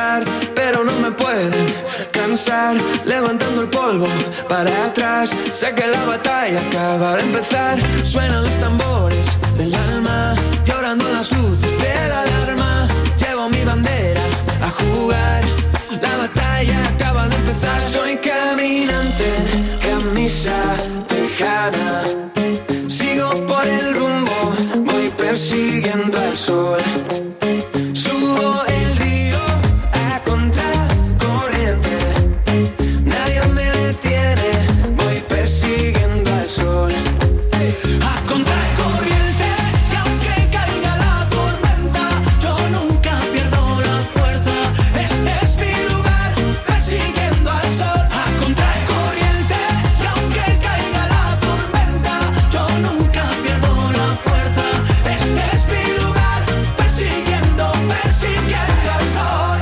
parar, pero no me pueden cansar. Levantando el polvo para atrás, sé que la batalla acaba de empezar. Suenan los tambores del alma, llorando las luces de la alarma. Llevo mi bandera a jugar, la batalla acaba de empezar. Soy caminante, camisa tejana, sigo por el rumbo, voy persiguiendo al sol. Subo el río a contracorriente, nadie me detiene, voy persiguiendo al sol. A contracorriente, y aunque caiga la tormenta, yo nunca pierdo la fuerza. Este es mi lugar, persiguiendo al sol. A contracorriente, y aunque caiga la tormenta, yo nunca pierdo la fuerza. Este es mi lugar, persiguiendo al sol.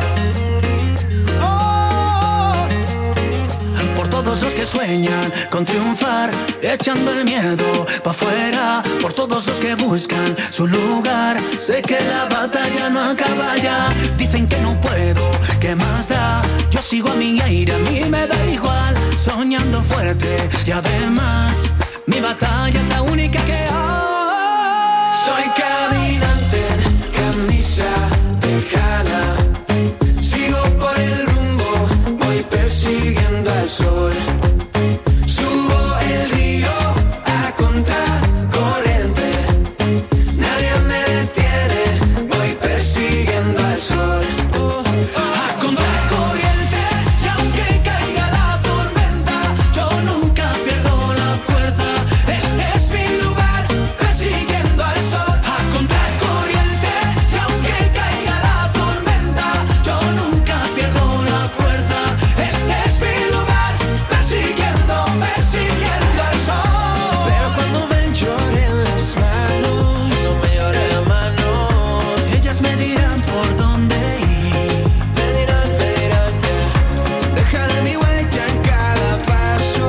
Oh. Por todos los que sueñan con triunfar, echando el miedo pa' afuera. Por todos los que buscan su lugar, sé que la batalla no acaba ya. Dicen que no puedo, ¿qué más da? Yo sigo a mi aire, a mí me da igual. Soñando fuerte y además mi batalla es la única que hay. Soy caminante, camisa tejana, sigo por el rumbo, voy persiguiendo al sol. Subo el río a contracorriente, nadie me detiene, voy persiguiendo al sol. A contracorriente, y aunque caiga la tormenta, yo nunca pierdo la fuerza. Este es mi lugar, persiguiendo al sol. A contracorriente, y aunque caiga la tormenta, yo nunca pierdo la fuerza. Este es mi lugar, persiguiendo al sol. Pero cuando me lloren las manos, no me lloren las manos, ellas me dirán por dónde ir. Me dirán, dejaré mi huella en cada paso.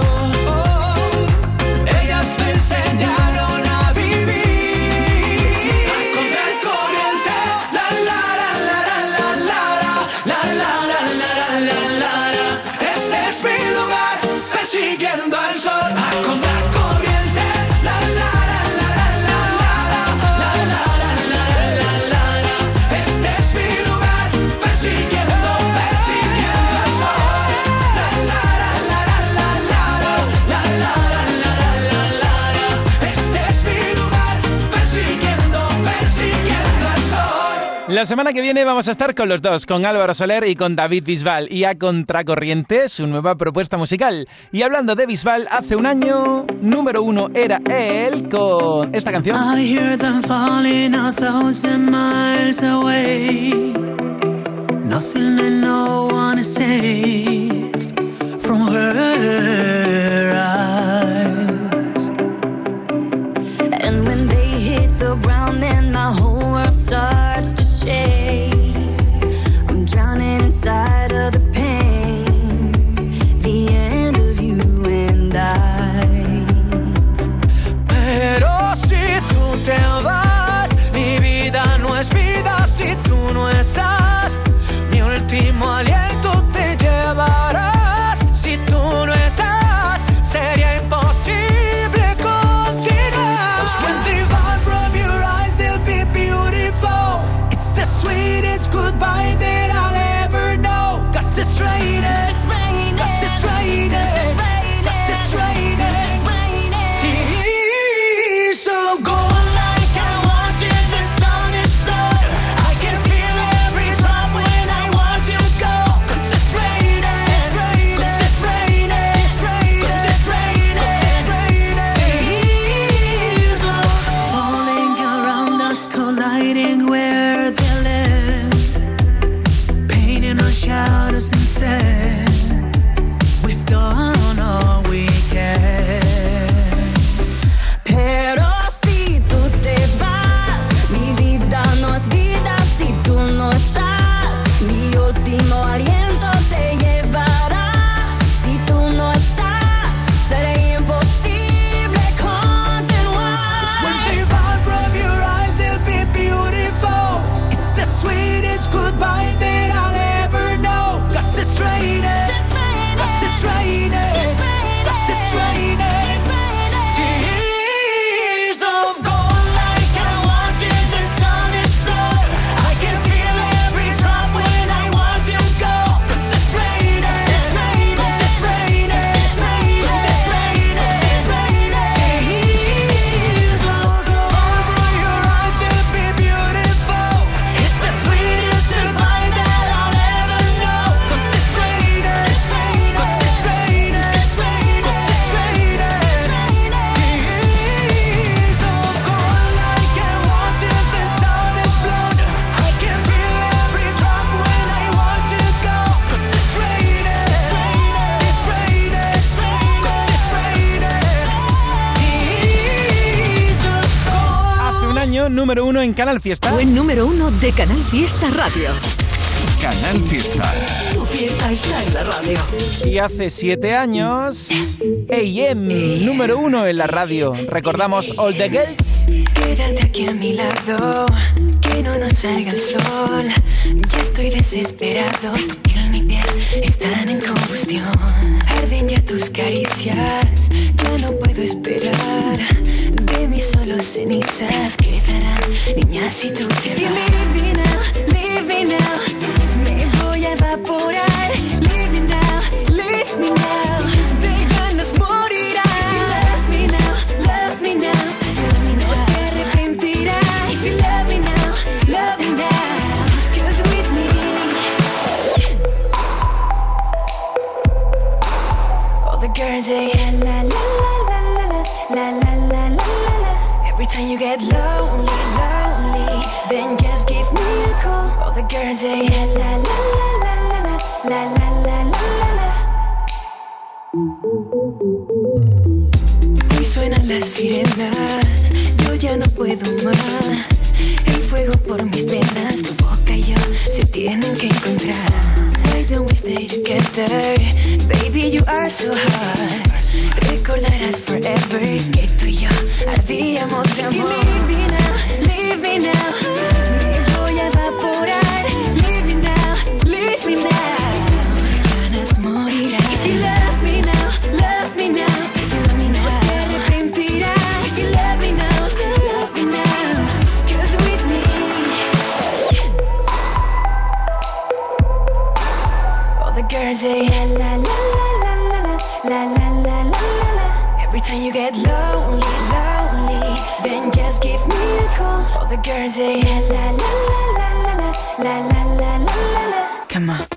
Ellas me enseñaron a vivir. A contracorriente, la la la la la la la la la la la la. Este es mi lugar, persiguiendo al sol. A contracorriente, la la la la la la la la la la. Este es mi lugar, persiguiendo al sol. La la la la la la la la. Este es mi lugar, persiguiendo al sol. La semana que viene vamos a estar con los dos, con Álvaro Soler y con David Bisbal, y a contracorriente su nueva propuesta musical. Y hablando de Bisbal, hace un año, número 1 era él con esta canción. I hear them falling 1,000 miles away. Nothing and no one is safe from her eyes. And when they hit the ground and my whole world starts to shake, I'm drowning inside of the pain, the end of you and I. Pero si tú te vas, mi vida no es vida si tú no estás. Mi último aliento te llevarás. Si tú no estás, sería imposible continuar. 25 from your eyes, they'll be beautiful. It's the sweetest goodbye that I'll ever know. 'Cause it's raining, 'cause it's raining, 'cause it's raining. Tears of gold like I watch as the sun explode. I can feel every drop when I watch you go. 'Cause it's raining, 'cause it's raining, 'cause it's raining. Tears of falling around us, colliding where they live, painting our shadows and sand. We've done all we can. Pero si tú te vas, mi vida no es vida si tú no estás. Mi último aliento te llevarás. Si tú no estás, será imposible continuar. 25 from your eyes, they'll be beautiful. It's the sweetest goodbye that I'll ever número 1 en Canal Fiesta. Buen número 1 de Canal Fiesta Radio. Canal Fiesta. Tu fiesta está en la radio. Y hace 7 años, AM, número 1 en la radio. Recordamos All the Girls. Quédate aquí a mi lado, que no nos salga el sol. Ya estoy desesperado, tu piel y mi piel están en combustión. Arden ya tus caricias, ya no puedo esperar. De mí solo cenizas quedarán, niña, si tú te vas. Leave me now, me voy a evaporar. Leave me now, de ganas morirás. Love me now, no te arrepentirás. Love me now, 'cause with me all the girls say la la la la la la la la. Every time you get lonely, then just give me a call. All the girls say la la la la la la la la la. Y suenan las sirenas, yo ya no puedo más. El fuego por mis venas, tu boca y yo se tienen que encontrar. Why don't we stay together? Baby, you are so hot. Recordarás forever que tú y yo ardíamos de amor. Leave me now, me voy a evaporar. Leave me now, ganas morirás. If you love me now, no te arrepentirás. If you love me now, 'cause with me all the girls say la la la la la la la la. Every time you get lonely, then just give me a call. All the girls say la la la la la la la la la. Come on.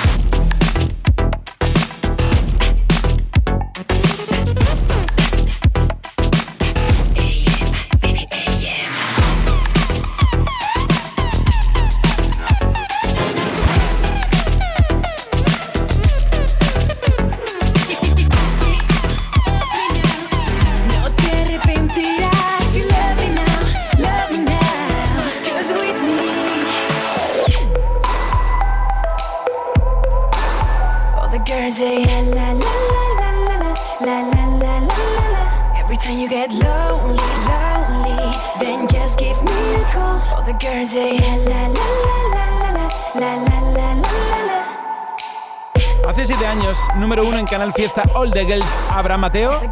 Say la la la la la la la la. Every time you get lonely, then just give me a call. All the girls say la la la la la la la. Hace 7 años, número 1 en Canal Fiesta, All the Girls, Abraham Mateo.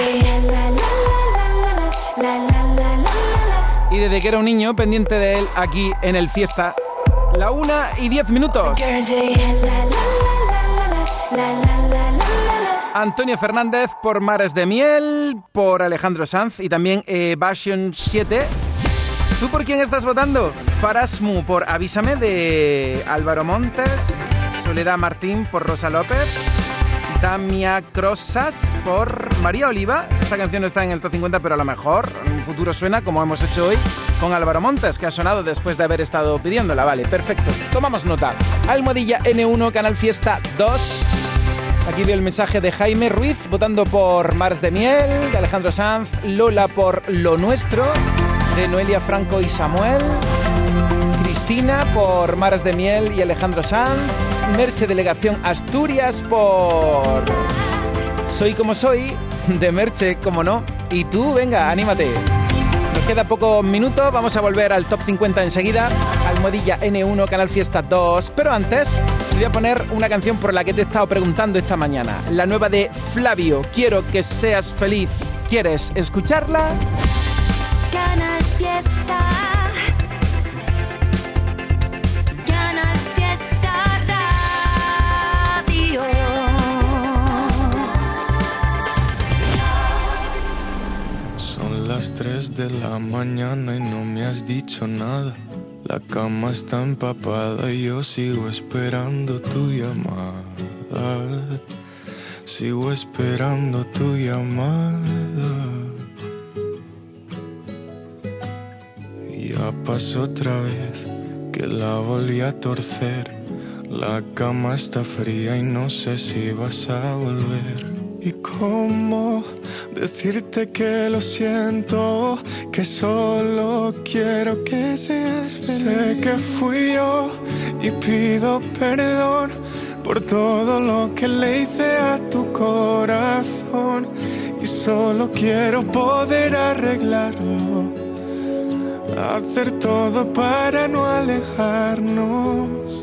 Y desde que era un niño, pendiente de él aquí en el Fiesta. La 1:10. Antonio Fernández por Mares de Miel, por Alejandro Sanz y también Version 7. ¿Tú por quién estás votando? Farasmu por Avísame de Álvaro Montes, Soledad Martín por Rosa López, Damia Crosas por María Oliva. Esta canción no está en el Top 50, pero a lo mejor en un futuro suena, como hemos hecho hoy con Álvaro Montes, que ha sonado después de haber estado pidiéndola. Vale, perfecto. Tomamos nota. Almohadilla N1, Canal Fiesta 2. Aquí veo el mensaje de Jaime Ruiz, votando por Mares de Miel, de Alejandro Sanz, Lola por Lo Nuestro, de Noelia Franco y Samuel, Cristina por Mares de Miel y Alejandro Sanz, Merche Delegación Asturias por Soy como soy, de Merche, como no. Y tú, venga, anímate. Nos queda pocos minutos, vamos a volver al Top 50 enseguida. Almohadilla N1, Canal Fiesta 2. Pero antes, te voy a poner una canción por la que te he estado preguntando esta mañana. La nueva de Flavio, Quiero que seas feliz. ¿Quieres escucharla? Canal Fiesta. Canal Fiesta Radio. Son las 3 de la mañana y no me has dicho nada. La cama está empapada y yo sigo esperando tu llamada. Sigo esperando tu llamada. Y ya pasó otra vez que la volví a torcer. La cama está fría y no sé si vas a volver. ¿Y cómo decirte que lo siento? Que solo quiero que seas feliz. Sé que fui yo y pido perdón por todo lo que le hice a tu corazón. Y solo quiero poder arreglarlo, hacer todo para no alejarnos.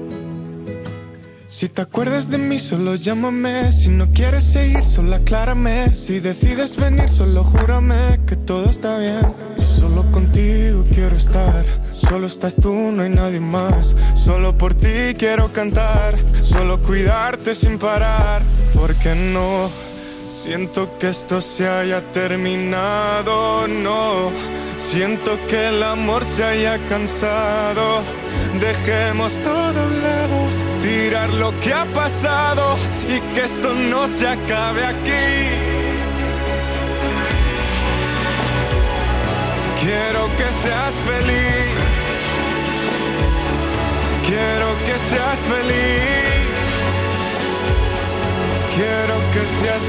Si te acuerdas de mí, solo llámame. Si no quieres seguir, solo aclárame. Si decides venir, solo júrame que todo está bien. Yo solo contigo quiero estar. Solo estás tú, no hay nadie más. Solo por ti quiero cantar. Solo cuidarte sin parar. Porque no siento que esto se haya terminado, no. Siento que el amor se haya cansado. Dejemos todo a un lado, tirar lo que ha pasado y que esto no se acabe aquí. Quiero que seas feliz. Quiero que seas feliz. Quiero que seas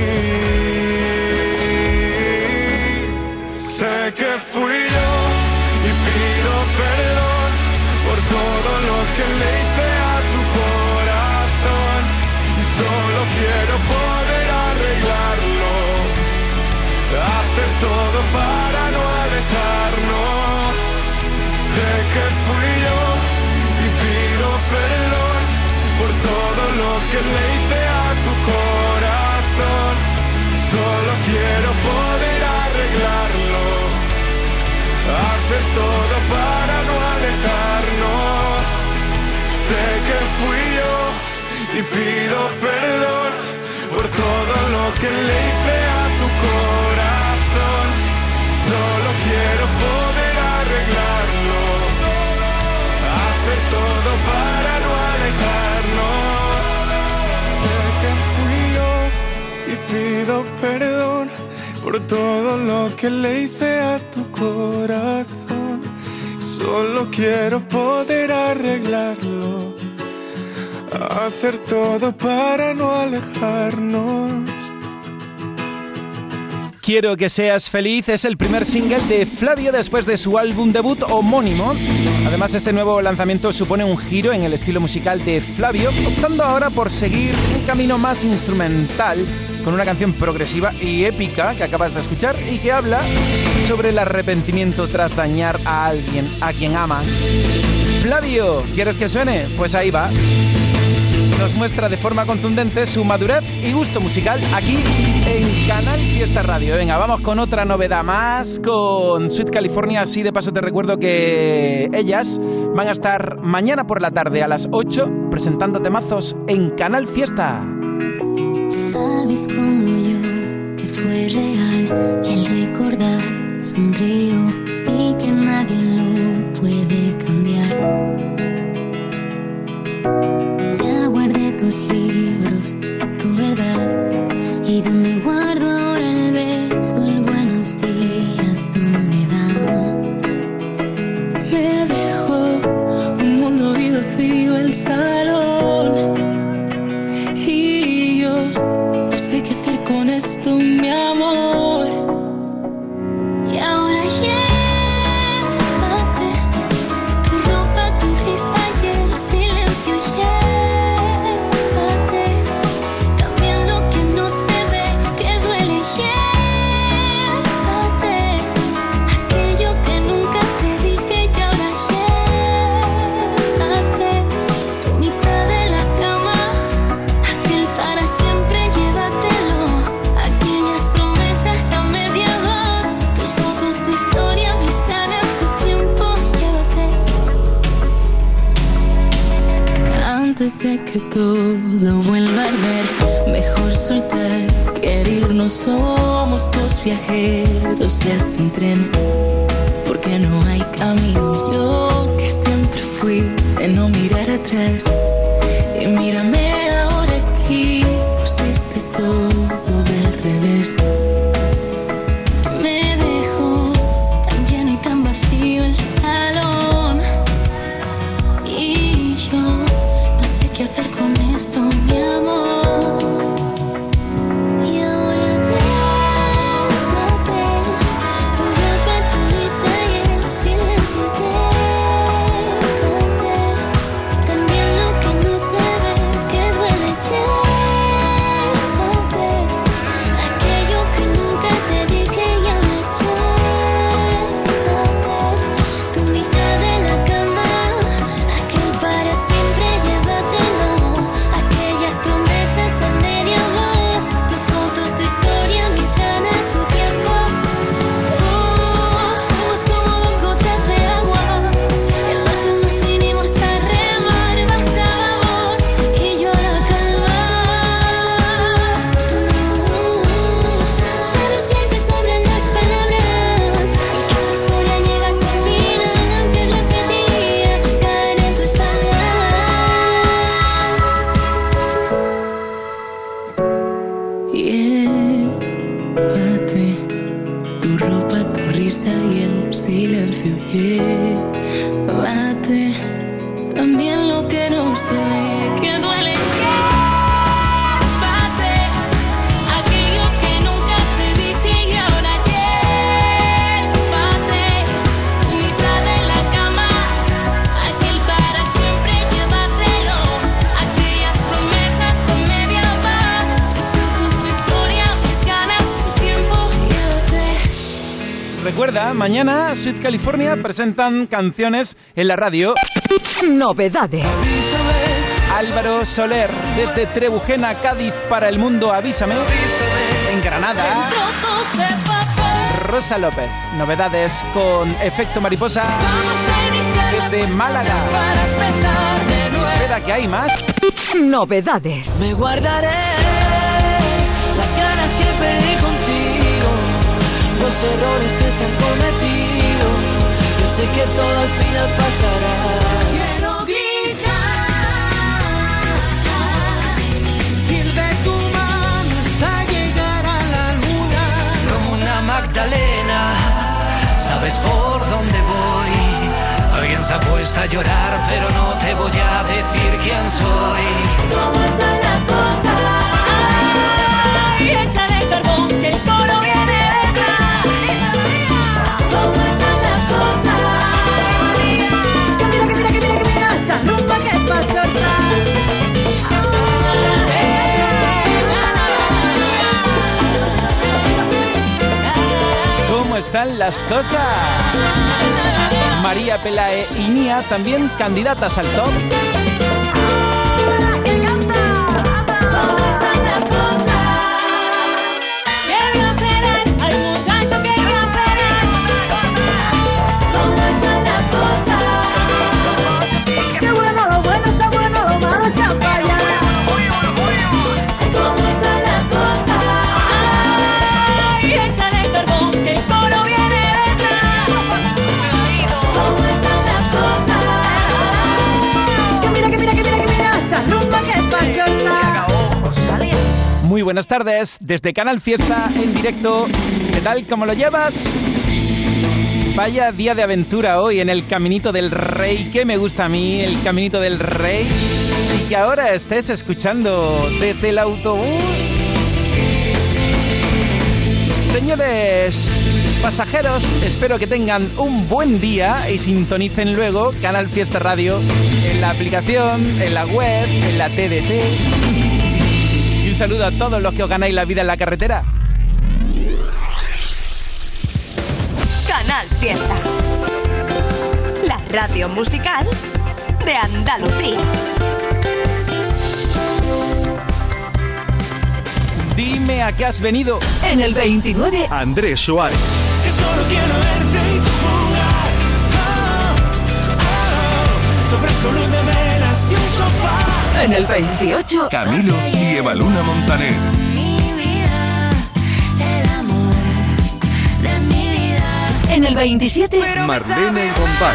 feliz. Sé que fui yo y pido perdón por todo lo que le hice a tu corazón. Y solo quiero poder arreglarlo, hacer todo para no alejarnos. Sé que fui yo y pido perdón por todo lo que le hice a tu corazón. Solo quiero poder arreglarlo, hacer todo para no alejarnos. Sé que fui yo y pido perdón por todo lo que le hice a tu corazón. Solo quiero poder arreglarlo, hacer todo para no alejarnos. Sé que fui yo y pido perdón por todo lo que le hice a tu corazón. Solo quiero poder arreglarlo, hacer todo para no alejarnos. Quiero que seas feliz es el primer single de Flavio después de su álbum debut homónimo. Además, este nuevo lanzamiento supone un giro en el estilo musical de Flavio, optando ahora por seguir un camino más instrumental, con una canción progresiva y épica que acabas de escuchar y que habla sobre el arrepentimiento tras dañar a alguien a quien amas. Flavio, ¿quieres que suene? Pues ahí va. Nos muestra de forma contundente su madurez y gusto musical aquí en Canal Fiesta Radio. Venga, vamos con otra novedad más, con Sweet California. Así de paso te recuerdo que ellas van a estar mañana por la tarde a las 8 presentando temazos en Canal Fiesta. Sabes como yo que fue real, que el recordar sonrío y que nadie lo puede cambiar. Ya guardé tus libros, tu verdad, y donde guardo ahora el beso, el buenos días, ¿dónde van? Me dejó un mundo y vacío el salón, y yo no sé qué hacer con esto, mi amor. Y ahora llévate tu ropa, tu risa y el silencio. Llévate también lo que no se ve, que duele. Llévate aquello que nunca te dije y ahora llévate tu mitad de la cama, aquel para siempre. Llévatelo, aquellas promesas a media voz, tus fotos, tu historia, mis ganas, tu tiempo. Llévate. Antes de que todo vuelva a arder, mejor soltar que herirnos. Somos dos viajeros ya sin tren, porque no hay camino. Yo que siempre fui de no mirar atrás, y mírame ahora aquí, pusiste todo del revés. Me dejó tan lleno y tan vacío el salón, y yo no sé qué hacer con esto, mi amor. se oye. Bate también lo que no se ve, que duele. Recuerda, mañana Sweet California presentan canciones en la radio. Novedades. Álvaro Soler, desde Trebujena, Cádiz, para el mundo, avísame. En Granada, Rosa López. Novedades con Efecto Mariposa, desde Málaga. Espera, que hay más. Novedades. Me guardaré las ganas que perdí contigo, los errores que se han cometido. Yo sé que todo al final pasará. Quiero gritar, ir de tu mano hasta llegar a la luna. Como una Magdalena, sabes por dónde voy. Alguien se ha puesto a llorar, pero no te voy a decir quién soy. ¿Cómo está la cosa? Ay, échale carbón, que el coro viene detrás. ¿Cómo está la cosa? Que mira, esta rumba que pasó atrás. ¿Cómo están las cosas? María Pelae y Nia, también candidatas al top. Muy buenas tardes, desde Canal Fiesta en directo. ¿Qué tal? ¿Cómo lo llevas? Vaya día de aventura hoy en el Caminito del Rey. Que me gusta a mí el Caminito del Rey. Y que ahora estés escuchando desde el autobús. Señores pasajeros, espero que tengan un buen día y sintonicen luego Canal Fiesta Radio en la aplicación, en la web, en la TDT. Un saludo a todos los que os ganáis la vida en la carretera. Canal Fiesta, la radio musical de Andalucía. Dime a qué has venido. En el 29, Andrés Suárez. Que solo quiero verte y tu jugar. Te ofrezco luz de velas y un sofá. en el 28, Camilo y Evaluna Montaner. en el 27, Marlene Gombal.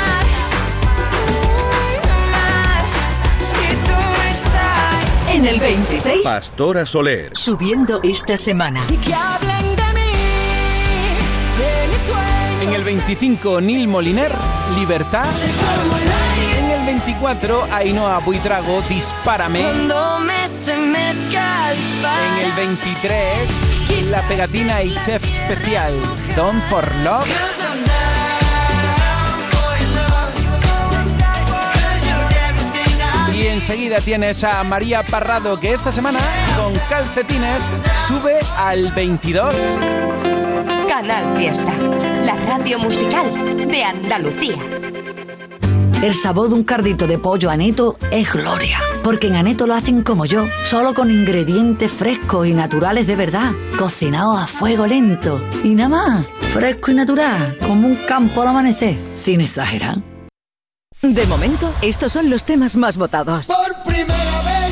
en el 26, Pastora Soler. subiendo esta semana. Y que hablen de mí, de mis sueños. En el 25, Nil Moliner, Libertad. En el 24, Ainhoa Buitrago, Dispárame. Cuando me estremezca, En el 23, La Pegatina y Chef Especial, Don for Love. Y enseguida tienes a María Parrado, que esta semana, con Calcetines, sube al 22. Canal Fiesta, la radio musical de Andalucía. El sabor de un cardito de pollo Aneto es gloria, porque en Aneto lo hacen como yo, solo con ingredientes frescos y naturales de verdad, cocinados a fuego lento. Y nada más, fresco y natural, como un campo al amanecer, sin exagerar. De momento, estos son los temas más votados. Por primera vez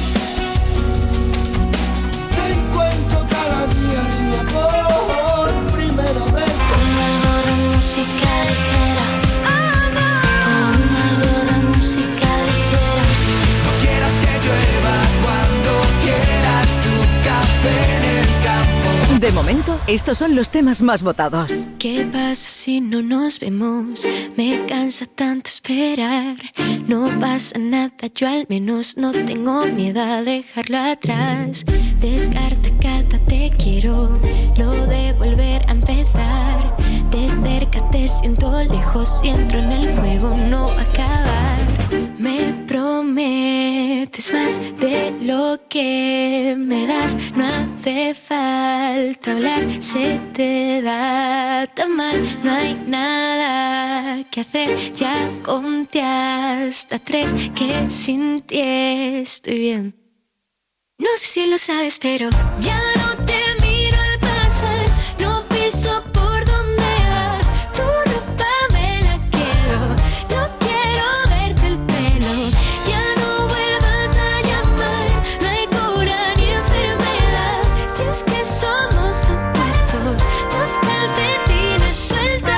te encuentro cada día, niña, por primera vez. Música ligera, pon algo de música ligera. No quieras que llueva cuando quieras tu café en el campo. De momento, estos son los temas más votados. ¿Qué pasa si no nos vemos? Me cansa tanto esperar. No pasa nada, yo al menos no tengo miedo a dejarlo atrás. Descarta cada te quiero, lo de volver a empezar. De cerca te siento lejos y entro en el juego, no va a acabar. Me prometes más de lo que me das. No hace falta hablar, se te da tan mal. No hay nada que hacer, ya conté hasta 3, que sin ti estoy bien. No sé si lo sabes, pero ya no te miro al pasar. No piso por donde vas, tu ropa me la quedo. No quiero verte el pelo, ya no vuelvas a llamar. No hay cura ni enfermedad, si es que somos opuestos, dos calcetines sueltos.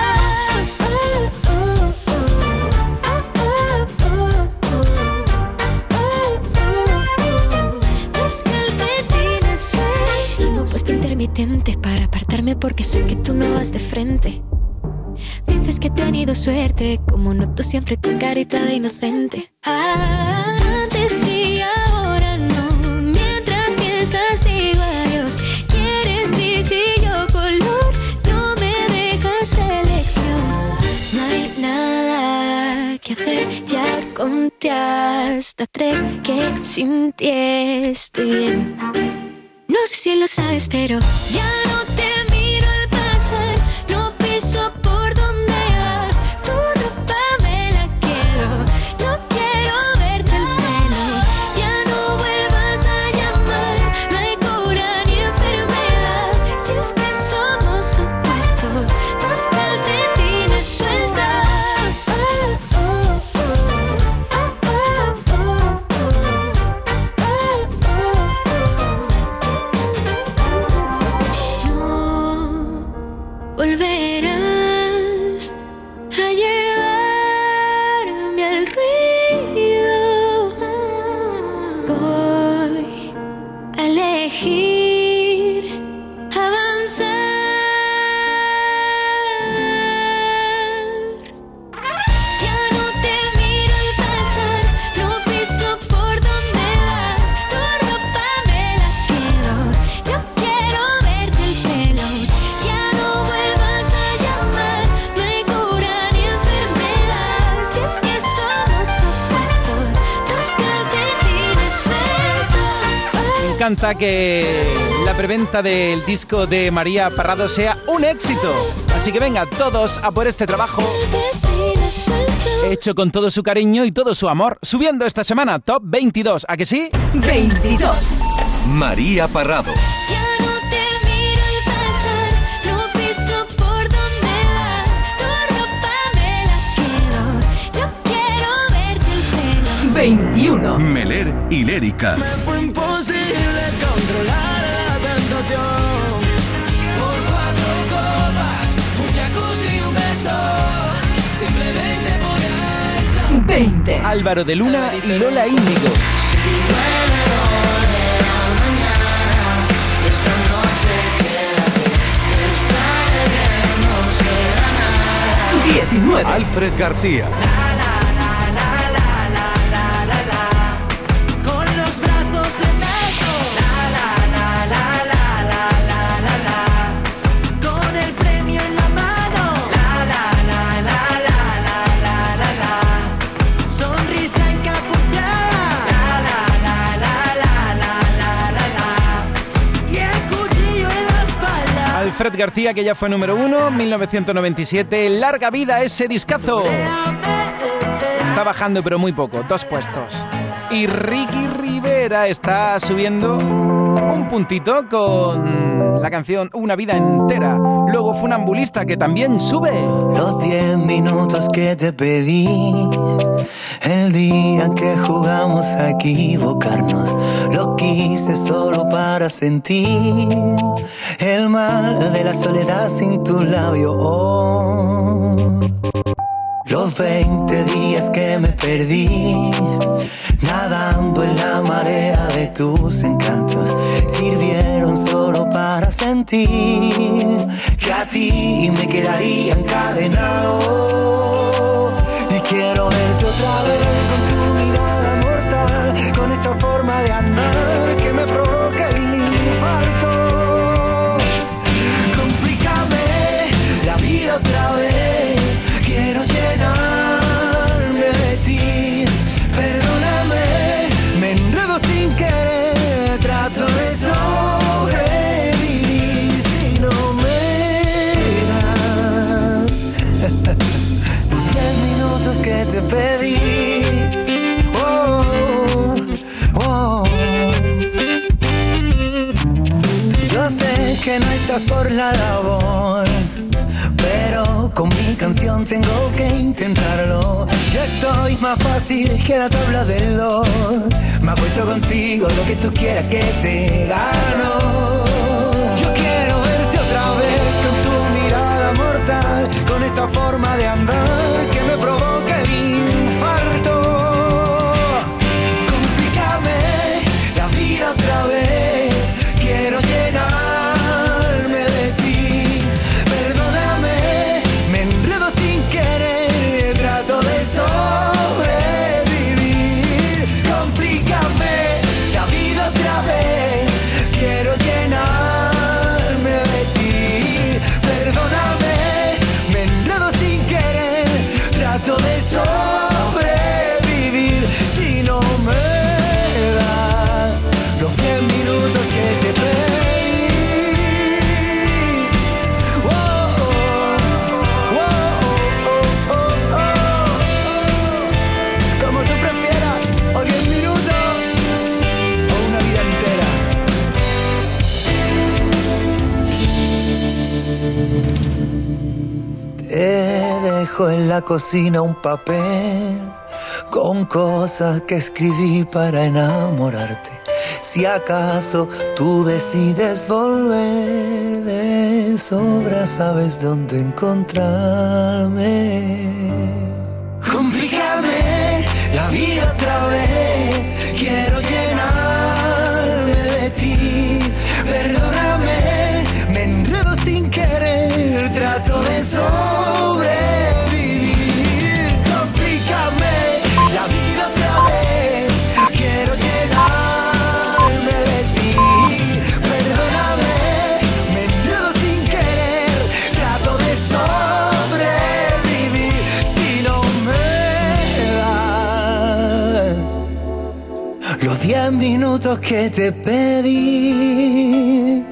Intermitente para apartarme porque sé que tú no vas de frente. Dices que he tenido suerte, como noto siempre con carita de inocente. Antes y ahora no, mientras piensas digo adiós. Quieres gris y yo color, no me dejas elección. No hay nada que hacer, ya conté hasta 3, que sin ti estoy bien. No sé si lo sabes, pero ya no te miro al pasar. No piso por donde vas, tu ropa me la quedo. No quiero verte el pelo, ya no vuelvas a llamar. No hay cura ni enfermedad, si es que somos opuestos, dos calcetines sueltos. Volverás a llevarme al ruido. Voy a elegir avanzar. Ya no te miro al pasar, no piso por donde vas. Tu ropa me la quedo, no quiero verte el pelo. Ya no vuelvas a llamar, no hay cura ni enfermedad, si es que somos opuestos, dos calcetines sueltos. Me encanta que la preventa del disco de María Parrado sea un éxito. Así que venga, todos a por este trabajo hecho con todo su cariño y todo su amor. Subiendo esta semana, Top 22, ¿a que sí? 22. María Parrado. Ya no te miro al pasar, no piso por donde vas. Tu ropa me la quedo, no quiero verte el pelo. 21. Meler y Lérica. Me fue imposible controlar la tentación. Por 4 copas, un jacuzzi y un beso, simplemente por eso. 20. Álvaro de Luna y Lola Índigo. 19. Alfred García. Con los brazos en alto, con el premio en la mano, sonrisa encapuchada, y el cuchillo en la espalda. Alfred García, que ya fue número 1, 1997. Larga vida ese discazo. Está bajando, pero muy poco, 2 puestos. Y Ricky Rivera está subiendo un puntito con la canción Una vida entera. Luego Funambulista, que también sube. Los 10 minutos que te pedí, el día que jugamos a equivocarnos, lo quise solo para sentir el mal de la soledad sin tu labio. Oh. Los 20 días que me perdí, nadando en la marea de tus encantos, sirvieron solo para sentir que a ti me quedaría encadenado. Y quiero verte otra vez con tu mirada mortal, con esa forma de andar que me provoca el infarto. Complícame la vida otra vez, quiero llenarme de ti. Perdóname, me enredo sin querer, trato de sobrevivir si no me das los 10 minutos que te pedí. Oh, oh. Yo sé que no estás por la labor, pero con mi canción tengo que intentarlo. Yo estoy más fácil que la tabla del do. Me acuesto contigo, lo que tú quieras que te gano. Yo quiero verte otra vez con tu mirada mortal, con esa forma de andar que me provoca el infarto. Complícame la vida otra vez, quiero llenarme de ti. Perdóname, me enredo sin querer, trato de sobrevivir. Complícame la vida otra vez, quiero llenarme de ti. Perdóname, me enredo sin querer, trato de sobrevivir si no me das los 10 minutos que te pedí. Oh, oh, oh, oh, oh, oh. Como tú prefieras, o 10 minutos o una vida entera. Te dejo en la cocina un papel con cosas que escribí para enamorarte. Si acaso tú decides volver, de sobra sabes dónde encontrarme. Complícame la vida otra vez, quiero llenarme de ti. Perdóname, me enredo sin querer, trato de sobrevivir. Complícame la vida otra vez, quiero llenarme de ti. Perdóname, me enredo sin querer, trato de sobrevivir si no me das los 10 minutos que te pedí.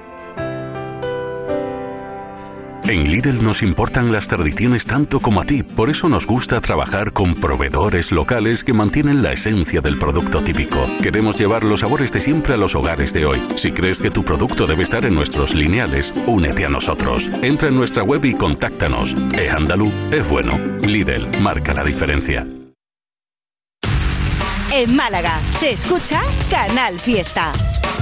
En Lidl nos importan las tradiciones tanto como a ti, por eso nos gusta trabajar con proveedores locales que mantienen la esencia del producto típico. Queremos llevar los sabores de siempre a los hogares de hoy. Si crees que tu producto debe estar en nuestros lineales, únete a nosotros. Entra en nuestra web y contáctanos. Es andaluz, es bueno. Lidl marca la diferencia. En Málaga se escucha Canal Fiesta.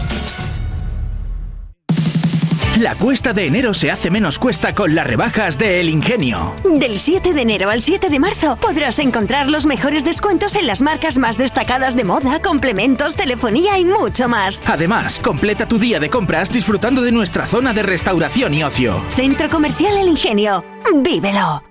La cuesta de enero se hace menos cuesta con las rebajas de El Ingenio. Del 7 de enero al 7 de marzo podrás encontrar los mejores descuentos en las marcas más destacadas de moda, complementos, telefonía y mucho más. Además, completa tu día de compras disfrutando de nuestra zona de restauración y ocio. Centro Comercial El Ingenio. ¡Vívelo!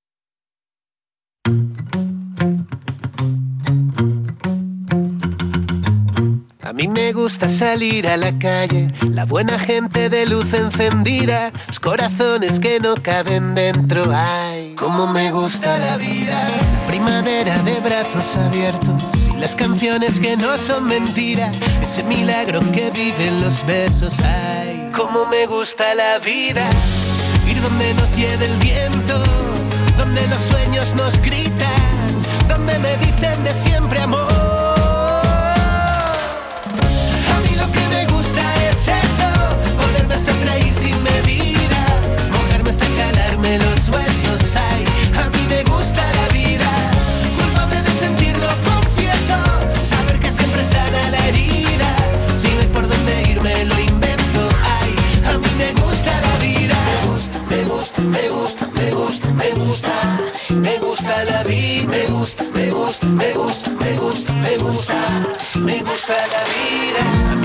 A mí me gusta salir a la calle, la buena gente de luz encendida, los corazones que no caben dentro. Ay, cómo me gusta la vida, la primavera de brazos abiertos y las canciones que no son mentira, ese milagro que viven los besos. Ay, cómo me gusta la vida, ir donde nos lleve el viento, donde los sueños nos gritan, donde me dicen de siempre amor. Sonreír sin medida, mojarme hasta calarme los huesos. Ay, a mí me gusta la vida, culpable de sentirlo, confieso, saber que siempre sana la herida, si no hay por dónde irme lo invento. Ay, a mí me gusta la vida, me gusta, me gusta, me gusta, me gusta, me gusta, me gusta la vida, me gusta, me gusta, me gusta, me gusta.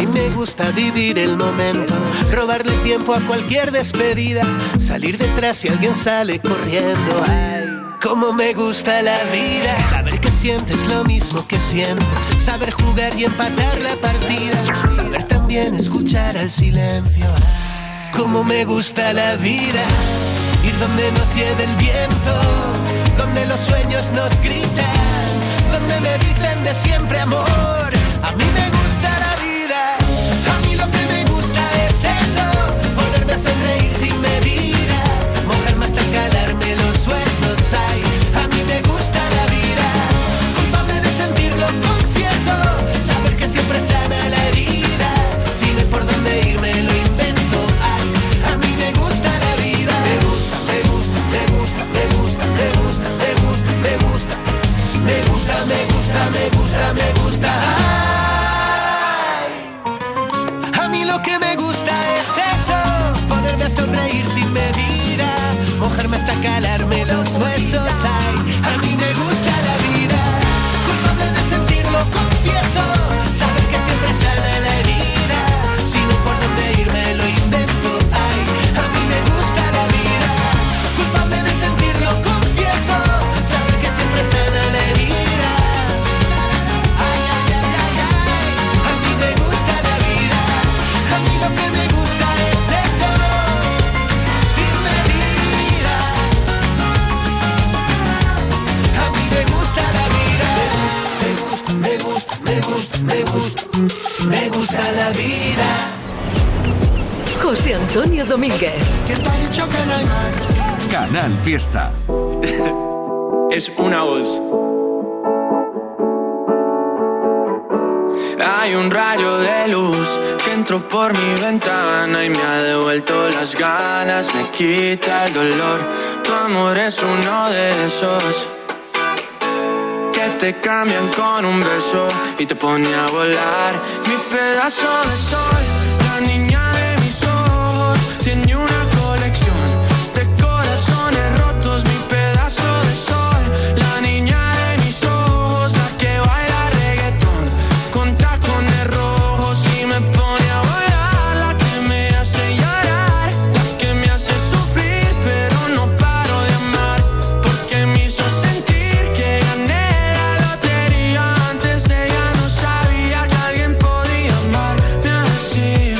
me gusta vivir el momento, robarle tiempo a cualquier despedida, salir detrás si alguien sale corriendo. Ay, cómo me gusta la vida, saber que sientes lo mismo que siento, saber jugar y empatar la partida, saber también escuchar al silencio. Ay, cómo me gusta la vida, ir donde nos lleve el viento, donde los sueños nos gritan, donde me dicen de siempre amor. A mí me gusta la vida, a mí lo que me gusta es eso, poderme sonreír sin medida, mojarme hasta calarme los huesos. Ay, a mí me gusta la vida, culpable de sentirlo, confieso, saber que siempre sana la herida, si no hay por dónde irme lo invento. Ay, a mí me gusta la vida, me gusta, me gusta, me gusta, me gusta, me gusta, me gusta, me gusta, me gusta, me gusta, me gusta, me gusta. Ay, a mí lo que me gusta es eso, ponerme a sonreír sin medida, mojarme hasta calarme los huesos. Ay, a mí me gusta la vida, culpable de sentirlo, confieso, saber que siempre sana la herida, si no por dónde irme lo invento. Ay, a mí me gusta la vida, culpable de sentirlo, confieso, saber que siempre sana la herida. Ay, ay, ay, ay, ay, a mí me gusta la vida, a mí lo que me gusta es eso, sin medida. A mí me gusta la vida, me gusta, me gusta, me gusta, me gusta, me gusta la vida. José Antonio Domínguez. ¿Qué te ha dicho que no hay más? Canal Fiesta. Es una voz. Hay un rayo de luz que entró por mi ventana y me ha devuelto las ganas, me quita el dolor. Tu amor es uno de esos que te cambian con un beso y te pone a volar. Mi pedazo de sol, la niña de mis ojos, tiene una colección de corazones rotos. Mi pedazo de sol, la niña de mis ojos, la que baila reggaetón con tacones rojos y me pone a volar. La que me hace llorar, la que me hace sufrir, pero no paro de amar, porque me hizo sentir que gané la lotería. Antes de ella no sabía que alguien podía amarme así.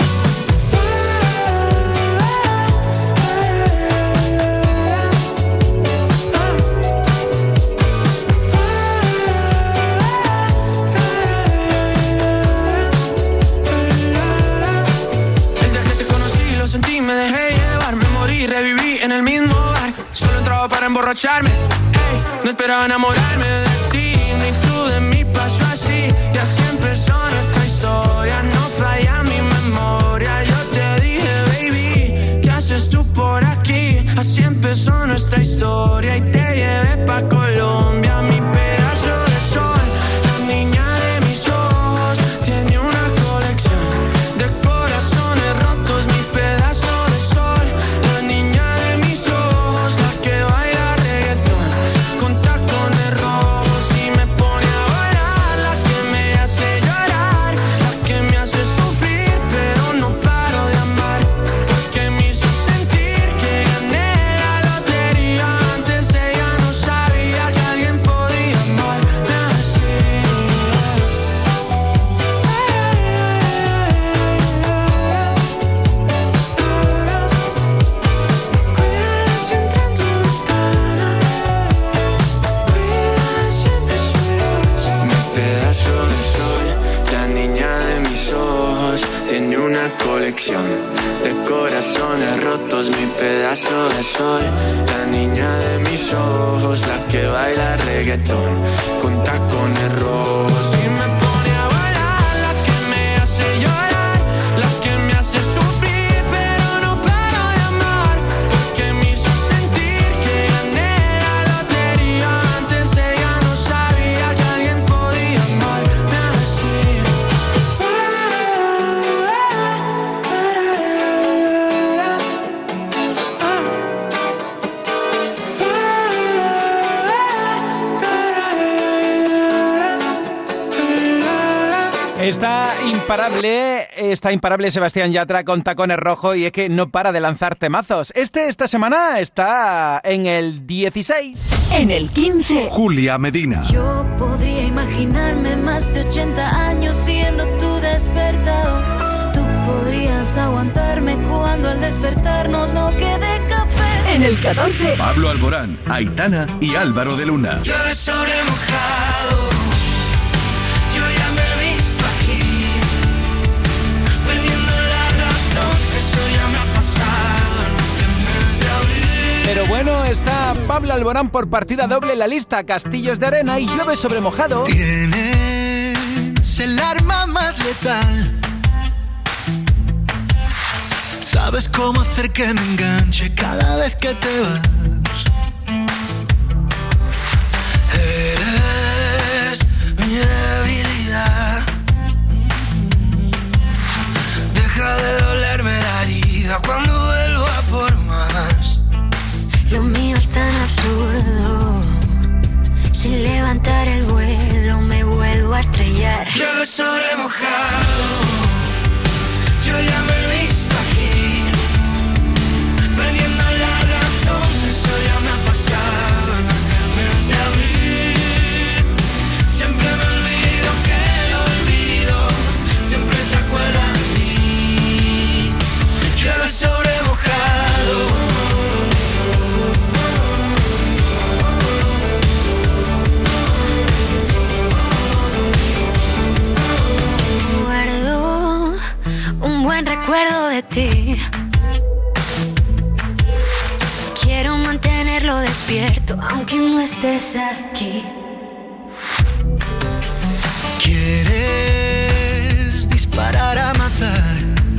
El día que te conocí lo sentí, me dejé llevar, me morí, reviví en el mismo bar. Solo entraba para emborracharme, ey, no esperaba enamorarme de ti, ni tú de mí. Pasó así y así empezó nuestra historia. No falla mi memoria. Yo te dije, baby, ¿qué haces tú por aquí? Así empezó nuestra historia y te llevé pa' Colombia. Mi pedazo de sol, la niña de mis ojos, tiene una colección de corazones rotos. Mi pedazo de sol, la niña de mis ojos, la que baila reggaetón con tacones rojos y me pone a volar. La que me hace llorar, la que me hace sufrir, pero no paro de amar, porque me hizo sentir que gané la lotería. Antes de ella no sabía que alguien podía amarme así. Mi pedazo de sol, la niña de mis ojos, tiene una colección de corazones rotos. Mi pedazo de sol, la niña de mis ojos, la que baila reggaetón con tacones rojos y me pone a volar. La que me hace llorar, la que me hace sufrir, pero no paro de amar, porque me hizo sentir que gané la lotería. Antes de ella no sabía que alguien podía amarme así. Está imparable Sebastián Yatra con Tacones Rojo y es que no para de lanzar temazos. Esta semana está en el 16. En el 15. Julia Medina. Yo podría imaginarme más de 80 años siendo tu despertador. Tú podrías aguantarme cuando al despertarnos no quede café. En el 14. Pablo Alborán, Aitana y Álvaro de Luna. Llueve sobre mojado. Yo ya me he visto aquí, perdiendo la razón. Eso ya me ha pasado en el mes de abril. Pero bueno, está Pablo Alborán por partida doble en la lista. Castillos de Arena y Llueve sobre mojado. Tienes el arma más letal. Sabes cómo hacer que me enganche cada vez que te vas. Eres mi debilidad. Deja de dolerme la herida cuando vuelvo a por más. Lo mío es tan absurdo. Sin levantar el vuelo me vuelvo a estrellar. Llueve sobre mojado. Yo ya me he visto aquí, perdiendo la razón. Eso ya me ha pasado en el mes de abril. Siempre me olvido que lo olvido. Siempre se acuerda de mí. Llueve sobre mojado. Guardo un buen recuerdo de ti. Quiero mantenerlo despierto aunque no estés aquí. Quieres disparar a matar.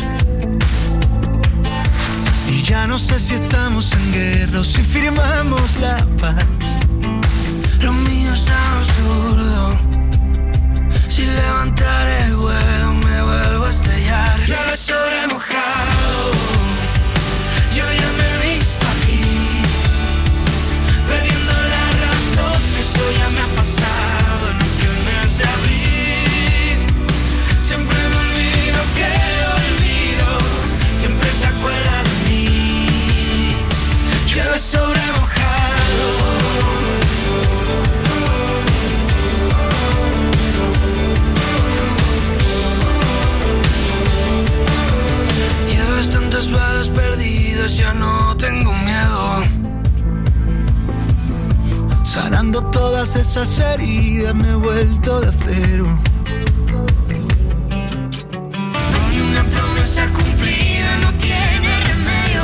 Y ya no sé si estamos en guerra o si firmamos la paz. Lo mío es tan absurdo. Sin levantar el vuelo me vuelvo a estrellar. Llueve sobre mojado. Yo ya me he visto aquí, perdiendo la razón. Eso ya me ha pasado en el mes de abril. Siempre me olvido que lo olvido. Siempre se acuerda de mí. Llueve sobre mojado. Llevas tantas balas perdidas, ya no tengo miedo. Sanando todas esas heridas me he vuelto de acero. No hay una promesa cumplida, no tiene remedio.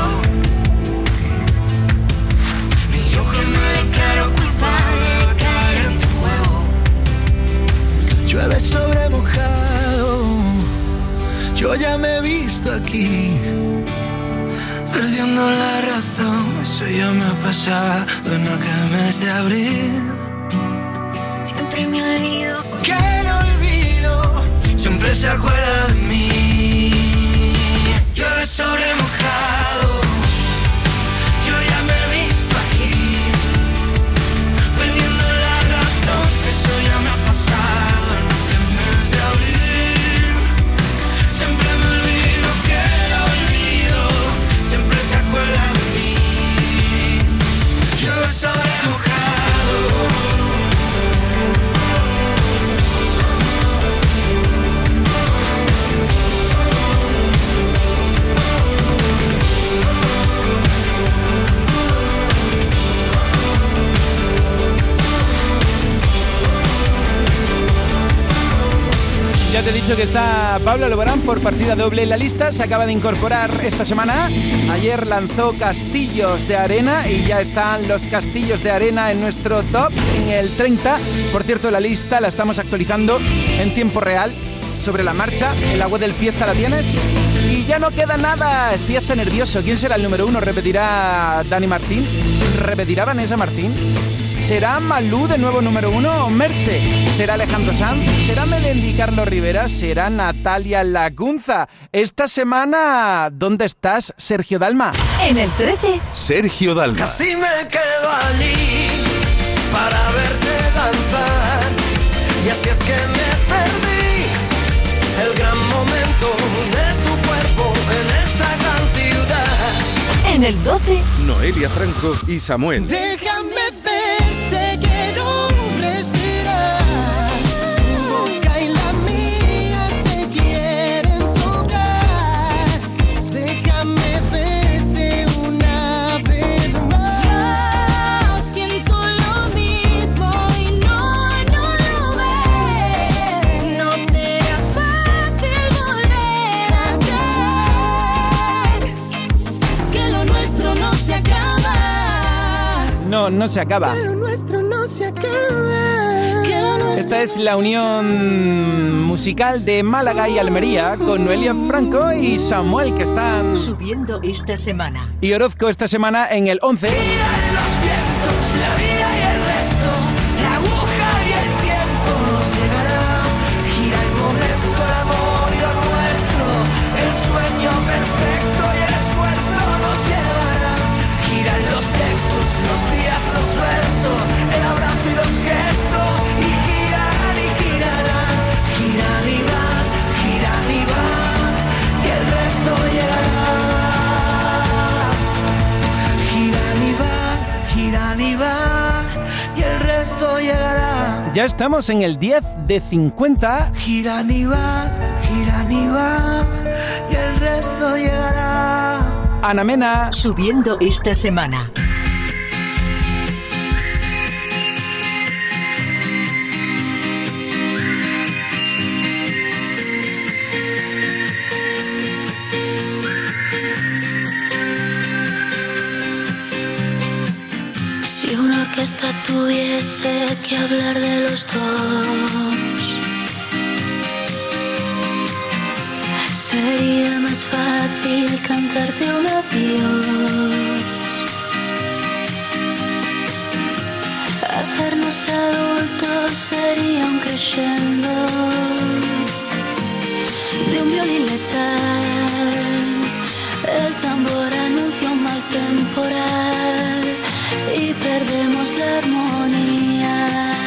Ni yo que me declaro culpable de caer en tu juego. Llueve sobre mojado. Yo ya me he visto aquí, Perdiendo la razón, eso ya me ha pasado en aquel mes de abril. Siempre me olvido Que lo olvido, siempre se acuerda de mí. Llueve sobre mojado. Yo ya me he visto aquí, perdiendo la razón. Eso ya me ha pasado en el mes de abril. Siempre me olvido que lo olvido. Siempre se acuerda de mí. Llueve sobre mojado. Ya te he dicho que está Pablo Alborán por partida doble en la lista. Se acaba de incorporar esta semana. Ayer lanzó Castillos de Arena y ya están los Castillos de Arena en nuestro top, en el 30. Por cierto, la lista la estamos actualizando en tiempo real, sobre la marcha. En la web del Fiesta la tienes. Y ya no queda nada. Estoy hasta nervioso. ¿Quién será el número 1? ¿Repetirá Dani Martín? ¿Repetirá Vanessa Martín? ¿Será Malú de nuevo número 1 o Merche? ¿Será Alejandro Sanz? ¿Será Melendi Carlos Rivera? ¿Será Natalia Lacunza? Esta semana, ¿dónde estás, Sergio Dalma? En el 13. Sergio Dalma. casi me quedo allí para verte danzar. Y así es que me perdí el gran gran momento de tu cuerpo en esta gran ciudad. En el 12, Noelia Franco y Samuel. Déjame verte, quiero respirar. Tu boca y la mía se quieren tocar. Déjame verte una vez más. Yo siento lo mismo y no lo ves. No será fácil volver atrás. Que lo nuestro no se acaba. No se acaba. Que lo nuestro no se acaba. Esta es la unión musical de Málaga y Almería con Noelia Franco y Samuel, que están subiendo esta semana. Y Orozco esta semana en el 11. Giran los vientos, la vida y el resto, la aguja y el tiempo nos llegará. Gira el momento, el amor y lo nuestro, el sueño perfecto y el esfuerzo nos llevará. Giran los textos, los días, los versos, el abrazo y los gestos, y giran y girarán. Giran y van, y el resto llegará. Giran y van, y el resto llegará. Ya estamos en el 10 de 50. Giran y van, y el resto llegará. Ana Mena. Subiendo esta semana. Si una orquesta tuviese que hablar de los dos, sería más fácil cantarte un adiós. Hacernos adultos sería un crescendo de un violín letal. El tambor anuncia un mal temporal y perdemos la armonía.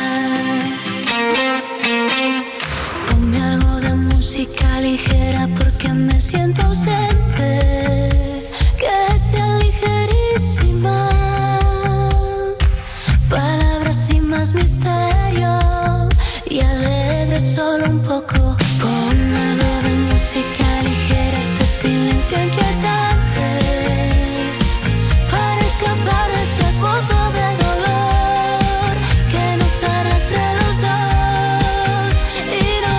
Ponme algo de música ligera porque me siento ausente, que sea ligerísima, palabras sin más misterio y alegre solo un poco. Ponme algo de música ligera, este silencio inquietante, para escapar de este pozo de dolor que nos arrastra a los dos y no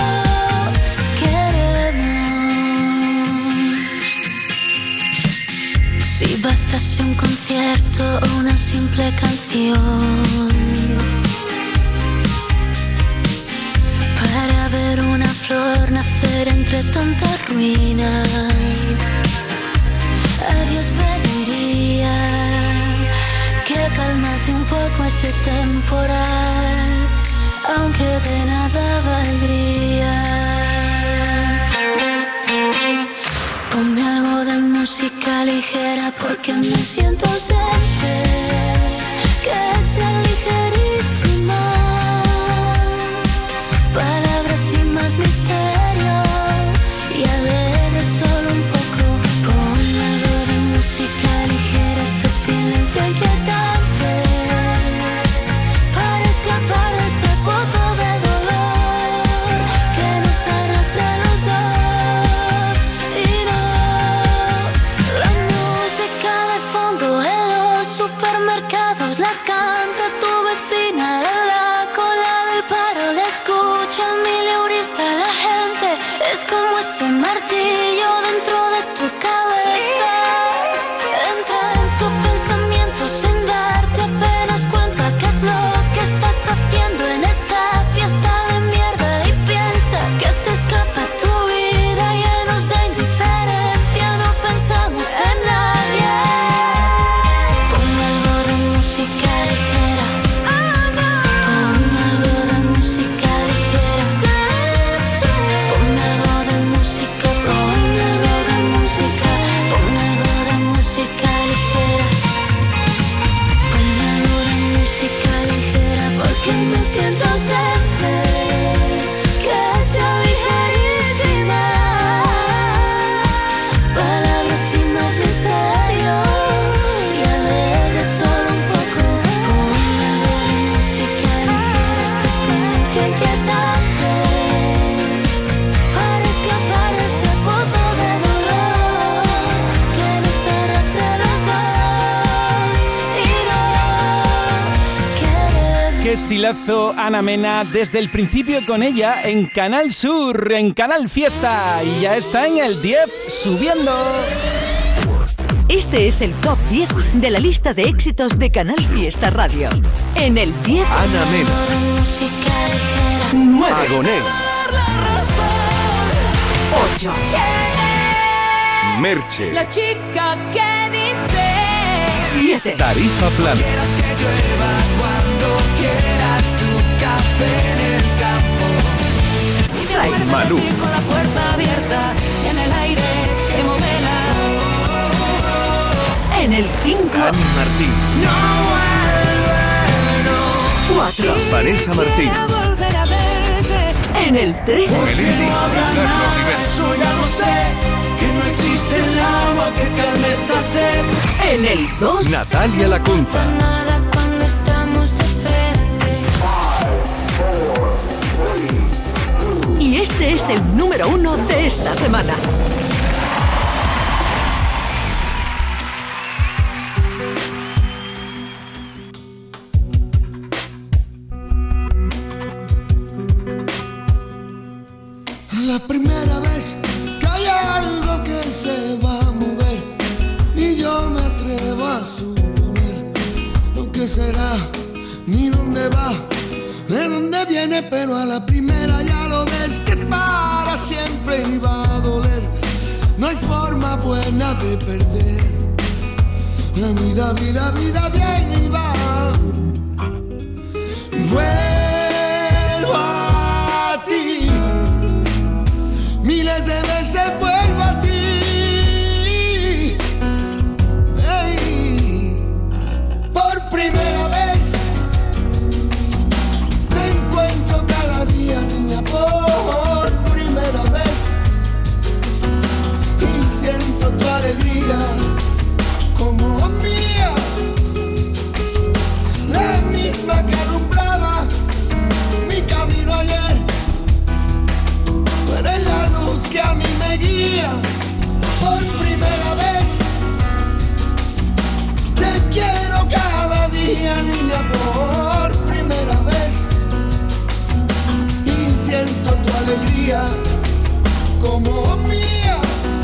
queremos. Si bastase un concierto o una simple canción para ver una flor nacer entre tanta ruina, a Dios pediría que calmase un poco este temporal, aunque de nada valdría. Ponme algo de música ligera porque me siento ausente, que sea ligerísima, palabras sin más misterio y alegre solo un poco. Ponme algo de música ligera, este silencio inquietante, para escapar de este pozo de dolor que nos arrastra a los dos y no. La música de fondo en los supermercados la canta tu vecina en la cola del paro, la escucha el mileurista, la gente es como ese martillo dentro de tu cabeza. Entra en tu pensamiento sin darte apenas cuenta qué es lo que estás haciendo en esta fiesta de mierda y piensas que se escapa tu vida llenos de indiferencia, no pensamos en nadie. Ponme algo de música ligera, ponme algo de música ligera, ponme algo de música, ponme estilazo Ana Mena desde el principio con ella en Canal Sur, en Canal Fiesta, y ya está en el 10 subiendo. Este es el top 10 de la lista de éxitos de Canal Fiesta Radio. En el 10, Ana Mena. 9, Agonel. 8, Merche. La chica que dice 7, Tarifa plana. Que llueva cuando quieras tu café en el campo. 6, Malú. Con la puerta abierta en el aire que movela. en el 5, Ani Martín. 4, Vanessa Martín. Volver a verte. en el 3, Melendi. Eso ya lo sé. Que no existe el agua que calme esta sed. en el 2, Natalia Lacunza. nada cuando estamos de frente. y este es el número 1 de esta semana. La primera vez que hay algo que se va a mover y yo me atrevo a suponer lo que será, ni dónde va, de dónde viene, pero a la primera ya lo ves que es para siempre y va a doler. No hay forma buena de perder. La vida, vida, vida viene y va. Vuelvo a ti. Miles de veces vuelvo a ti. Hey. Por primera vez te encuentro cada día, niña, por primera vez. Y siento tu alegría como mía, la misma que alumbraba mi camino ayer. Tú eres la luz que a mí me guía. Por primera vez te quiero cada día, niña, por primera vez. Y siento tu alegría como mía,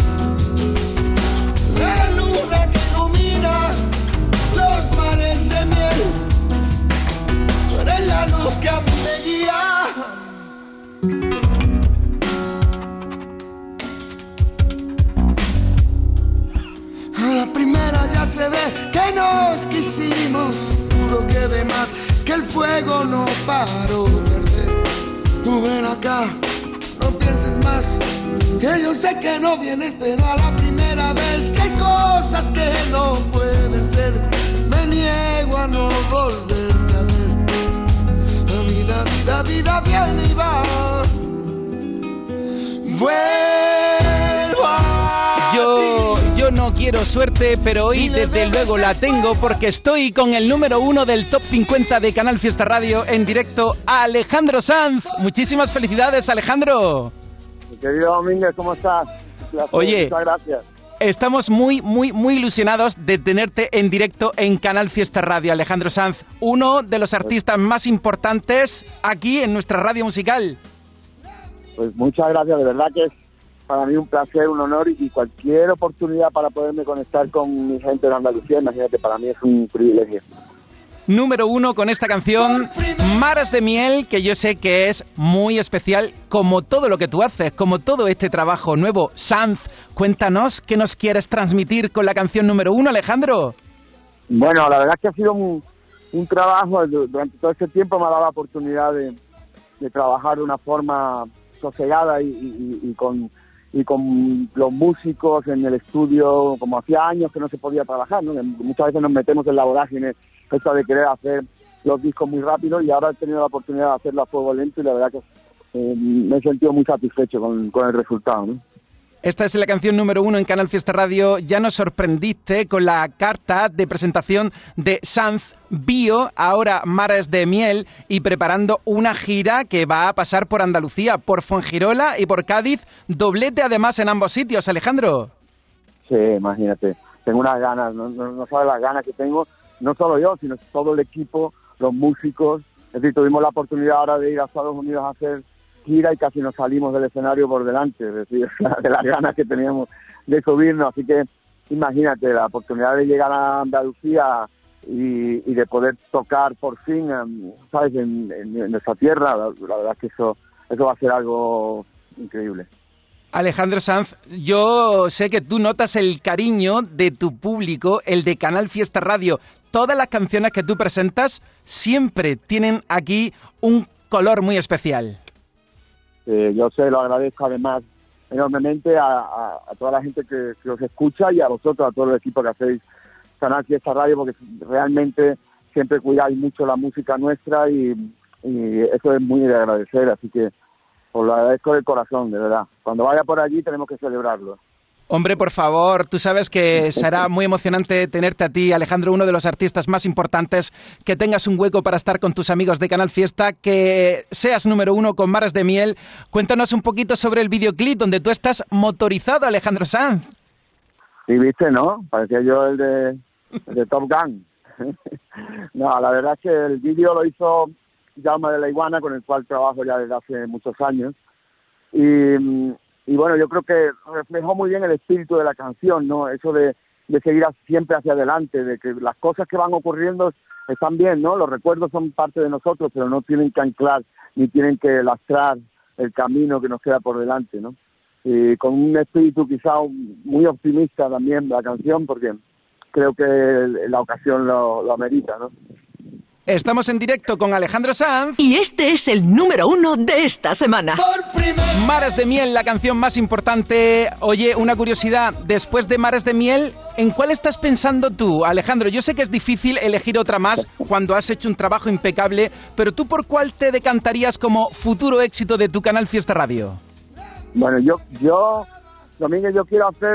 la luna que ilumina los mares de miel. Tú eres la luz que a mí me guía. A la primera ya se ve que nos quisimos, juro que de más, que el fuego no paró de arder. Tú ven acá, no pienses más, que yo sé que no vienes, pero a la primera vez que hay cosas que no pueden ser. Me niego a no volverte a ver. La vida, vida, vida viene y va. Vuelvo a Yo no quiero suerte, pero hoy desde luego la tengo porque estoy con el número 1 del Top 50 de Canal Fiesta Radio en directo, Alejandro Sanz. Muchísimas felicidades, Alejandro. Mi querido Domínguez, ¿cómo estás? Oye, muchas gracias. Estamos muy ilusionados de tenerte en directo en Canal Fiesta Radio, Alejandro Sanz, uno de los artistas más importantes aquí en nuestra radio musical. Pues muchas gracias, de verdad que es para mí un placer, un honor y cualquier oportunidad para poderme conectar con mi gente de Andalucía, imagínate, para mí es un privilegio. Número 1 con esta canción, Mares de Miel, que yo sé que es muy especial, como todo lo que tú haces, como todo este trabajo nuevo. Sanz, cuéntanos qué nos quieres transmitir con la canción número 1, Alejandro. Bueno, la verdad es que ha sido un trabajo, durante todo este tiempo me ha dado la oportunidad de trabajar de una forma sosegada y con los músicos en el estudio, como hacía años que no se podía trabajar, ¿no? Muchas veces nos metemos en la vorágine esta de querer hacer los discos muy rápido y ahora he tenido la oportunidad de hacerlo a fuego lento y la verdad que me he sentido muy satisfecho con el resultado, ¿no? Esta es la canción número 1 en Canal Fiesta Radio. Ya nos sorprendiste con la carta de presentación de Sanz Bio, ahora Mares de Miel, y preparando una gira que va a pasar por Andalucía, por Fuengirola y por Cádiz. Doblete además en ambos sitios, Alejandro. Sí, imagínate. Tengo unas ganas, no sabes las ganas que tengo, no solo yo, sino todo el equipo, los músicos, Es decir, tuvimos la oportunidad ahora de ir a Estados Unidos a hacer gira y casi nos salimos del escenario por delante, es decir, de las ganas que teníamos de subirnos. Así que imagínate la oportunidad de llegar a Andalucía y de poder tocar por fin, ¿sabes?, en nuestra tierra. La verdad es que eso va a ser algo increíble. Alejandro Sanz, yo sé que tú notas el cariño de tu público, el de Canal Fiesta Radio. Todas las canciones que tú presentas siempre tienen aquí un color muy especial. Yo sé, lo agradezco además enormemente a toda la gente que os escucha y a vosotros, a todo el equipo que hacéis Canal Fiesta Radio, porque realmente siempre cuidáis mucho la música nuestra y eso es muy de agradecer, así que os lo agradezco de corazón, de verdad. Cuando vaya por allí tenemos que celebrarlo. Hombre, por favor, tú sabes que será muy emocionante tenerte a ti, Alejandro, uno de los artistas más importantes, que tengas un hueco para estar con tus amigos de Canal Fiesta, que seas número 1 con Mares de Miel. Cuéntanos un poquito sobre el videoclip donde tú estás motorizado, Alejandro Sanz. Sí, viste, ¿no? Parecía yo el de Top Gun. No, la verdad es que el vídeo lo hizo Jaume de la Iguana, con el cual trabajo ya desde hace muchos años. Y bueno, yo creo que reflejó muy bien el espíritu de la canción, ¿no? Eso de seguir siempre hacia adelante, de que las cosas que van ocurriendo están bien, ¿no? Los recuerdos son parte de nosotros, pero no tienen que anclar ni tienen que lastrar el camino que nos queda por delante, ¿no? Y con un espíritu quizá muy optimista también la canción, porque creo que la ocasión lo amerita, ¿no? Estamos en directo con Alejandro Sanz. Y este es el número 1 de esta semana. Mares de Miel, la canción más importante. Oye, una curiosidad, después de Mares de Miel, ¿en cuál estás pensando tú, Alejandro? Yo sé que es difícil elegir otra más cuando has hecho un trabajo impecable, pero ¿tú por cuál te decantarías como futuro éxito de tu Canal Fiesta Radio? Bueno, yo Domínguez, yo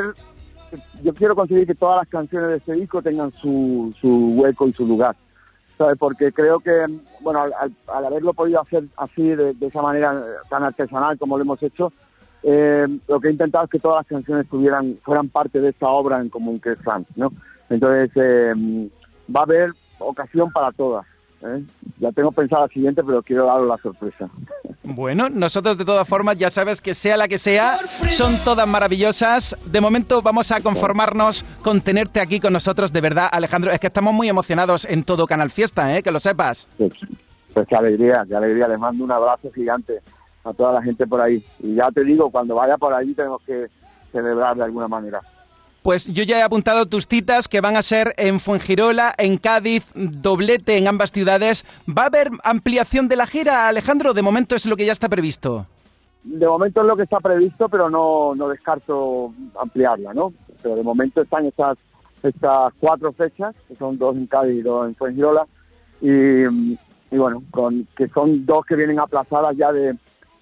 quiero conseguir que todas las canciones de este disco tengan su hueco y su lugar, ¿sabes? Porque creo que, bueno, al haberlo podido hacer así, de esa manera tan artesanal como lo hemos hecho, lo que he intentado es que todas las canciones fueran parte de esta obra en común que es Sanz, ¿no? Entonces, va a haber ocasión para todas, ¿eh? Ya tengo pensada la siguiente, pero quiero daros la sorpresa. Bueno, nosotros de todas formas ya sabes que sea la que sea, son todas maravillosas. De momento vamos a conformarnos con tenerte aquí con nosotros, de verdad, Alejandro. Es que estamos muy emocionados en todo Canal Fiesta, que lo sepas. Pues qué alegría. Les mando un abrazo gigante a toda la gente por ahí. Y ya te digo, cuando vaya por allí tenemos que celebrar de alguna manera. Pues yo ya he apuntado tus citas, que van a ser en Fuengirola, en Cádiz, doblete en ambas ciudades. ¿Va a haber ampliación de la gira, Alejandro? De momento es lo que ya está previsto. De momento es lo que está previsto, pero no descarto ampliarla, ¿no? Pero de momento están estas 4 fechas, que son 2 en Cádiz y 2 en Fuengirola, y bueno, que son 2 que vienen aplazadas ya de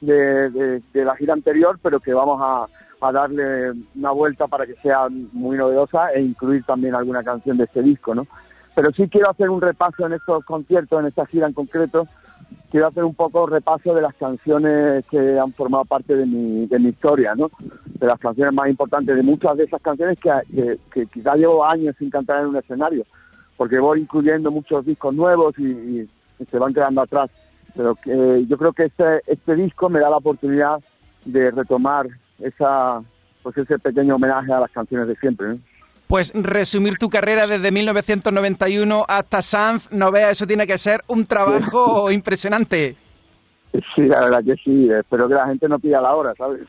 la gira anterior, pero que vamos a darle una vuelta para que sea muy novedosa e incluir también alguna canción de este disco, ¿no? Pero sí quiero hacer un repaso en estos conciertos, en esta gira en concreto. Quiero hacer un poco repaso de las canciones que han formado parte de mi historia, ¿no? De las canciones más importantes, de muchas de esas canciones que quizás llevo años sin cantar en un escenario, porque voy incluyendo muchos discos nuevos y se van quedando atrás. Pero yo creo que este disco me da la oportunidad de retomar ese pequeño homenaje a las canciones de siempre, ¿no? Pues resumir tu carrera desde 1991 hasta Sanz, no veas, eso tiene que ser un trabajo impresionante. Sí, la verdad que sí, espero que la gente no pida la hora, ¿sabes?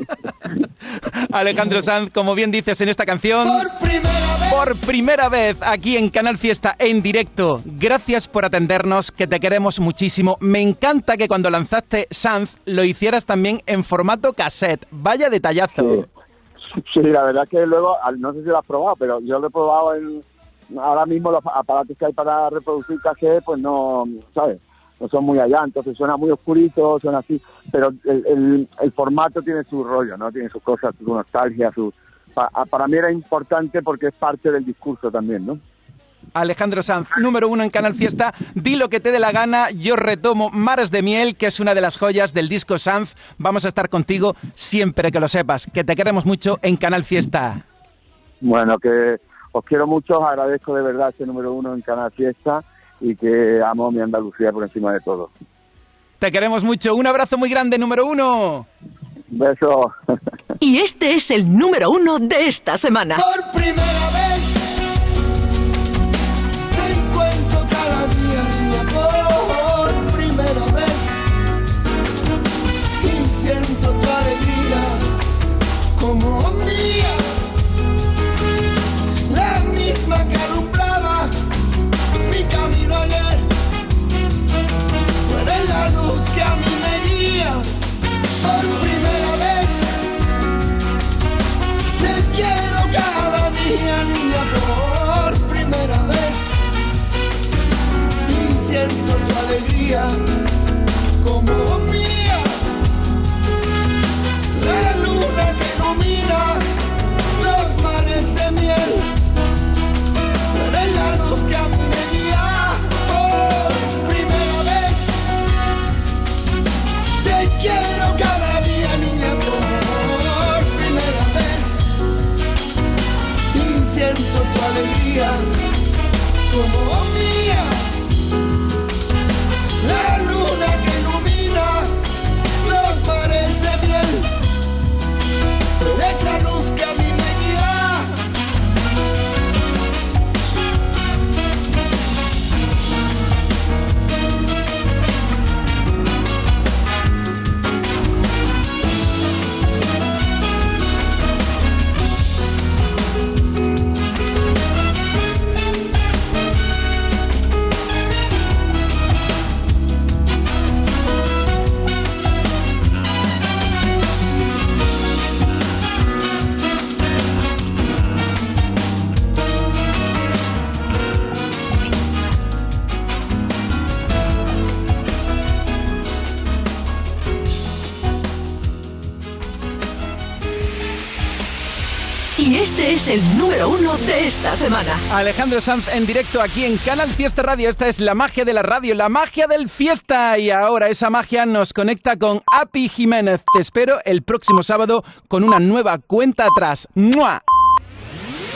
Alejandro Sanz, como bien dices en esta canción, por primera vez aquí en Canal Fiesta en directo. Gracias por atendernos, que te queremos muchísimo. Me encanta que cuando lanzaste Sanz lo hicieras también en formato cassette. Vaya detallazo. Sí, la verdad que luego, no sé si lo has probado, pero yo lo he probado ahora mismo los aparatos que hay para reproducir cassette, pues no, ¿sabes? No son muy allá, entonces suena muy oscurito, suena así, pero el formato tiene su rollo, ¿no? Tiene sus cosas, su nostalgia, para mí era importante porque es parte del discurso también, ¿no? Alejandro Sanz, número 1 en Canal Fiesta, di lo que te dé la gana, yo retomo Mares de Miel, que es una de las joyas del disco Sanz. Vamos a estar contigo siempre, que lo sepas, que te queremos mucho en Canal Fiesta. Bueno, que os quiero mucho, os agradezco de verdad este número 1 en Canal Fiesta y que amo mi Andalucía por encima de todo. Te queremos mucho. Un abrazo muy grande, número 1. Beso. Y este es el número 1 de esta semana. Por primera vez te encuentro cada día, niña, por primera vez, y siento tu alegría como mía, la misma que alumbraba mi camino ayer. Tú eres la luz que a mí me guía. Por primera vez te quiero cada día, niña, por primera vez, y siento tu alegría como mía, la luna que ilumina los mares de miel. Tú eres la luz que a mí me guía. Por primera vez te quiero cada día, niña, por primera vez, y siento tu alegría como mía, la luna que ilumina los mares de miel. Tú eres la luz que a mí me guía. Y este es el número 1 de esta semana. Alejandro Sanz en directo aquí en Canal Fiesta Radio. Esta es la magia de la radio, la magia del fiesta. Y ahora esa magia nos conecta con Api Jiménez. Te espero el próximo sábado con una nueva cuenta atrás. ¡Mua!